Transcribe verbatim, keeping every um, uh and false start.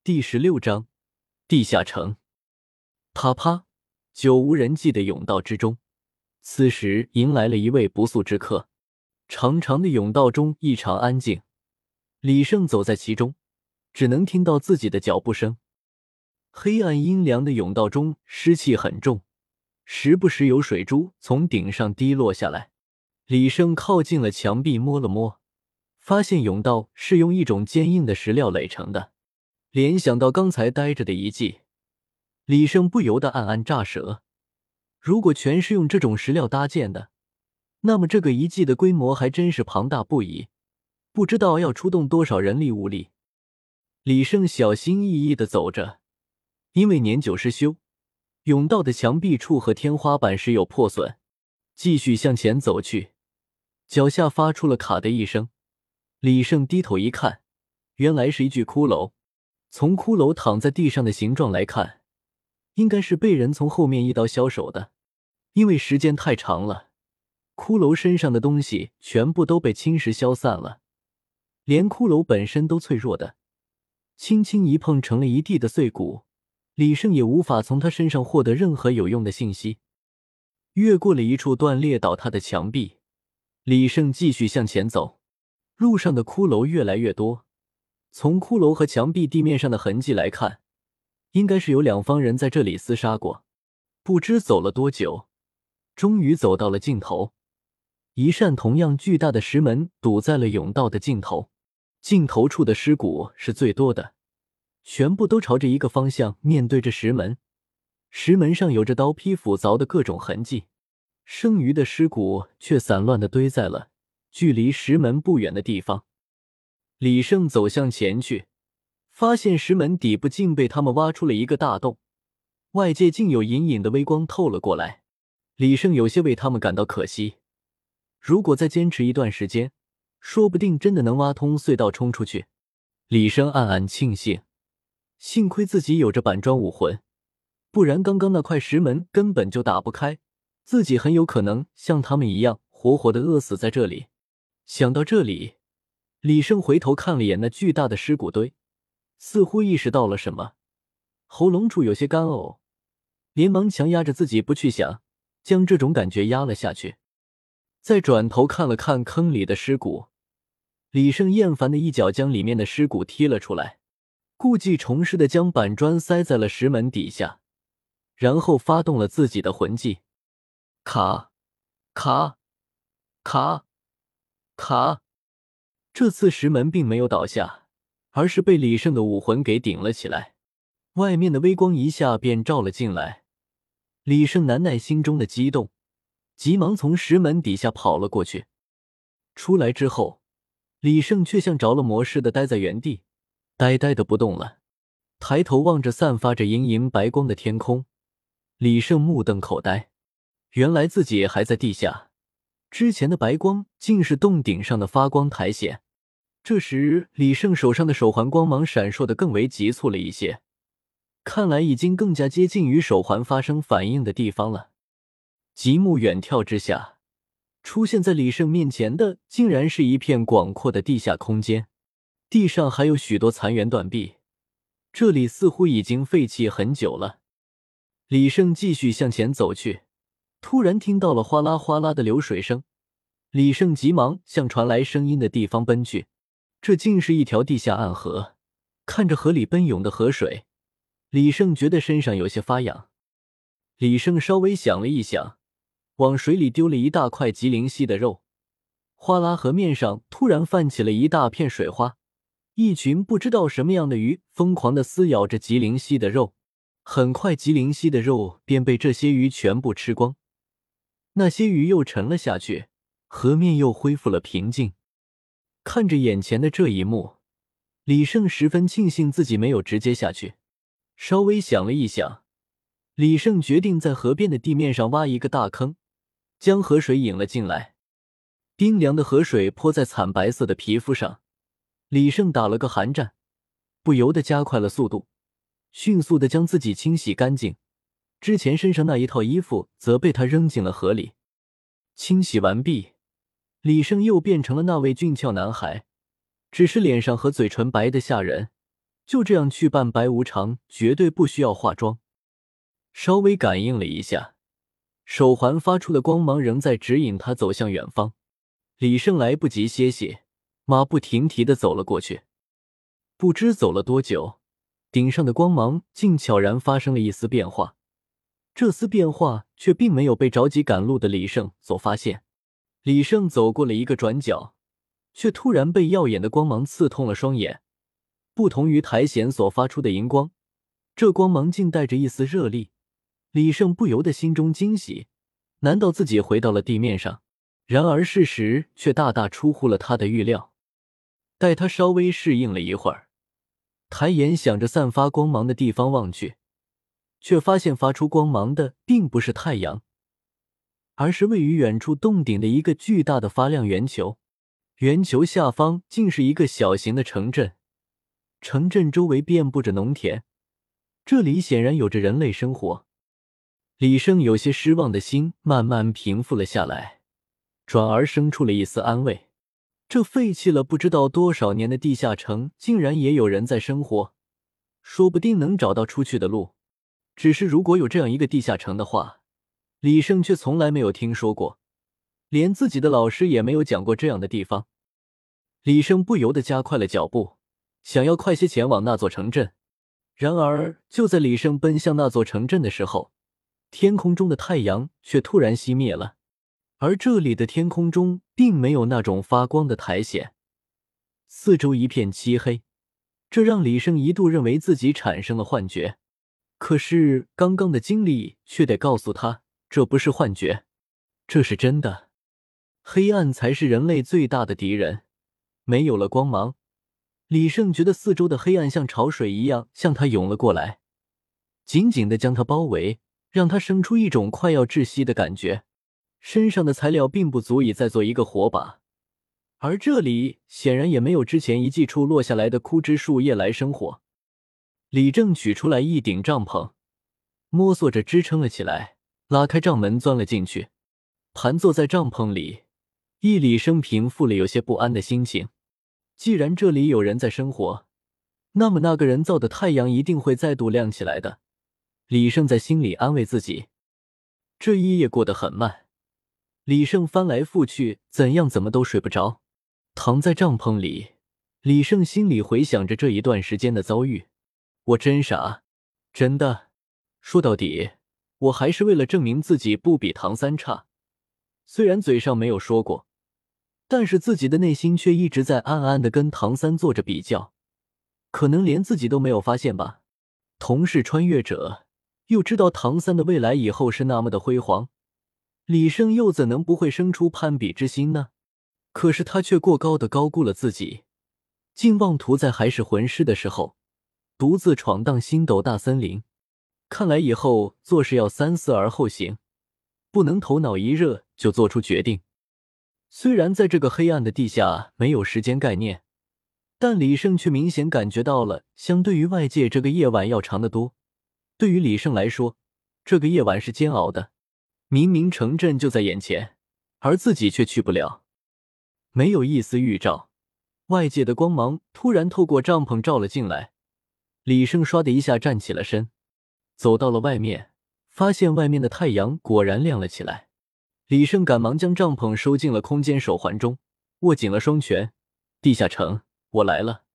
第十六章地下城。啪啪，久无人迹的甬道之中，此时迎来了一位不速之客。长长的甬道中异常安静，李胜走在其中，只能听到自己的脚步声。黑暗阴凉的甬道中湿气很重，时不时有水珠从顶上滴落下来。李胜靠近了墙壁摸了摸，发现甬道是用一种坚硬的石料垒成的。联想到刚才待着的遗迹，李胜不由得暗暗乍舌。如果全是用这种石料搭建的，那么这个遗迹的规模还真是庞大不已，不知道要出动多少人力物力。李胜小心翼翼地走着，因为年久失修，甬道的墙壁处和天花板时有破损。继续向前走去，脚下发出了卡的一声。李胜低头一看，原来是一具骷髅。从骷髅躺在地上的形状来看，应该是被人从后面一刀削手的，因为时间太长了，骷髅身上的东西全部都被侵蚀消散了，连骷髅本身都脆弱的，轻轻一碰成了一地的碎骨，李胜也无法从他身上获得任何有用的信息。越过了一处断裂倒塌的墙壁，李胜继续向前走，路上的骷髅越来越多。从骷髅和墙壁地面上的痕迹来看，应该是有两方人在这里厮杀过。不知走了多久，终于走到了尽头。一扇同样巨大的石门堵在了甬道的尽头，尽头处的尸骨是最多的，全部都朝着一个方向面对着石门。石门上有着刀劈斧凿的各种痕迹，剩余的尸骨却散乱地堆在了距离石门不远的地方。李胜走向前去，发现石门底部竟被他们挖出了一个大洞，外界竟有隐隐的微光透了过来。李胜有些为他们感到可惜，如果再坚持一段时间，说不定真的能挖通隧道冲出去。李胜暗暗庆幸，幸亏自己有着板砖武魂，不然刚刚那块石门根本就打不开，自己很有可能像他们一样活活的饿死在这里。想到这里，李胜回头看了眼那巨大的尸骨堆，似乎意识到了什么，喉咙处有些干呕，连忙强压着自己不去想，将这种感觉压了下去。再转头看了看坑里的尸骨，李胜厌烦的一脚将里面的尸骨踢了出来，故技重施的将板砖塞在了石门底下，然后发动了自己的魂技。卡卡卡卡，这次石门并没有倒下，而是被李胜的武魂给顶了起来，外面的微光一下便照了进来。李胜难耐心中的激动，急忙从石门底下跑了过去。出来之后，李胜却像着了魔似的待在原地，呆呆的不动了。抬头望着散发着莹莹白光的天空，李胜目瞪口呆，原来自己还在地下，之前的白光竟是洞顶上的发光苔藓。这时李胜手上的手环光芒闪烁得更为急促了一些，看来已经更加接近于手环发生反应的地方了。极目远眺之下，出现在李胜面前的竟然是一片广阔的地下空间，地上还有许多残垣断壁，这里似乎已经废弃很久了。李胜继续向前走去，突然听到了哗啦哗啦的流水声，李胜急忙向传来声音的地方奔去。这竟是一条地下暗河，看着河里奔涌的河水，李胜觉得身上有些发痒。李胜稍微想了一想，往水里丢了一大块棘灵犀的肉，哗啦，河面上突然泛起了一大片水花，一群不知道什么样的鱼疯狂地撕咬着棘灵犀的肉，很快棘灵犀的肉便被这些鱼全部吃光，那些鱼又沉了下去，河面又恢复了平静。看着眼前的这一幕，李胜十分庆幸自己没有直接下去。稍微想了一想，李胜决定在河边的地面上挖一个大坑，将河水引了进来。冰凉的河水泼在惨白色的皮肤上，李胜打了个寒战，不由得加快了速度，迅速地将自己清洗干净。之前身上那一套衣服则被他扔进了河里。清洗完毕，李胜又变成了那位俊俏男孩，只是脸上和嘴唇白得吓人， 就这样去扮白无常，绝对不需要化妆。稍微感应了一下，手环发出的光芒仍在指引他走向远方。李胜来不及歇息，马不停蹄地走了过去。不知走了多久，顶上的光芒竟悄然发生了一丝变化。这丝变化却并没有被着急赶路的李胜所发现。李胜走过了一个转角，却突然被耀眼的光芒刺痛了双眼。不同于苔藓所发出的荧光，这光芒竟带着一丝热力。李胜不由得心中惊喜，难道自己回到了地面上？然而事实却大大出乎了他的预料。待他稍微适应了一会儿，抬眼向着散发光芒的地方望去，却发现发出光芒的并不是太阳，而是位于远处洞顶的一个巨大的发亮圆球。圆球下方竟是一个小型的城镇，城镇周围遍布着农田，这里显然有着人类生活。李胜有些失望的心慢慢平复了下来，转而生出了一丝安慰。这废弃了不知道多少年的地下城竟然也有人在生活，说不定能找到出去的路。只是如果有这样一个地下城的话，李胜却从来没有听说过，连自己的老师也没有讲过这样的地方。李胜不由得加快了脚步，想要快些前往那座城镇。然而就在李胜奔向那座城镇的时候，天空中的太阳却突然熄灭了，而这里的天空中并没有那种发光的苔藓，四周一片漆黑，这让李胜一度认为自己产生了幻觉。可是刚刚的经历却得告诉他，这不是幻觉，这是真的。黑暗才是人类最大的敌人，没有了光芒，李胜觉得四周的黑暗像潮水一样向他涌了过来，紧紧地将他包围，让他生出一种快要窒息的感觉。身上的材料并不足以再做一个火把，而这里显然也没有之前遗迹处落下来的枯枝树叶来生火。李正取出来一顶帐篷，摸索着支撑了起来，拉开帐门钻了进去。盘坐在帐篷里，一李生平复了有些不安的心情。既然这里有人在生活，那么那个人造的太阳一定会再度亮起来的。李胜在心里安慰自己。这一夜过得很慢，李胜翻来覆去，怎样怎么都睡不着。躺在帐篷里，李胜心里回想着这一段时间的遭遇。我真傻，真的，说到底，我还是为了证明自己不比唐三差。虽然嘴上没有说过，但是自己的内心却一直在暗暗地跟唐三做着比较，可能连自己都没有发现吧。同是穿越者，又知道唐三的未来以后是那么的辉煌，李胜又怎能不会生出攀比之心呢？可是他却过高地高估了自己，竟妄图在还是魂师的时候独自闯荡星斗大森林。看来以后做事要三思而后行，不能头脑一热就做出决定。虽然在这个黑暗的地下没有时间概念，但李胜却明显感觉到了相对于外界这个夜晚要长得多。对于李胜来说，这个夜晚是煎熬的。明明城镇就在眼前，而自己却去不了。没有一丝预兆，外界的光芒突然透过帐篷照了进来。李胜唰的一下站起了身，走到了外面，发现外面的太阳果然亮了起来。李胜赶忙将帐篷收进了空间手环中，握紧了双拳。地下城，我来了。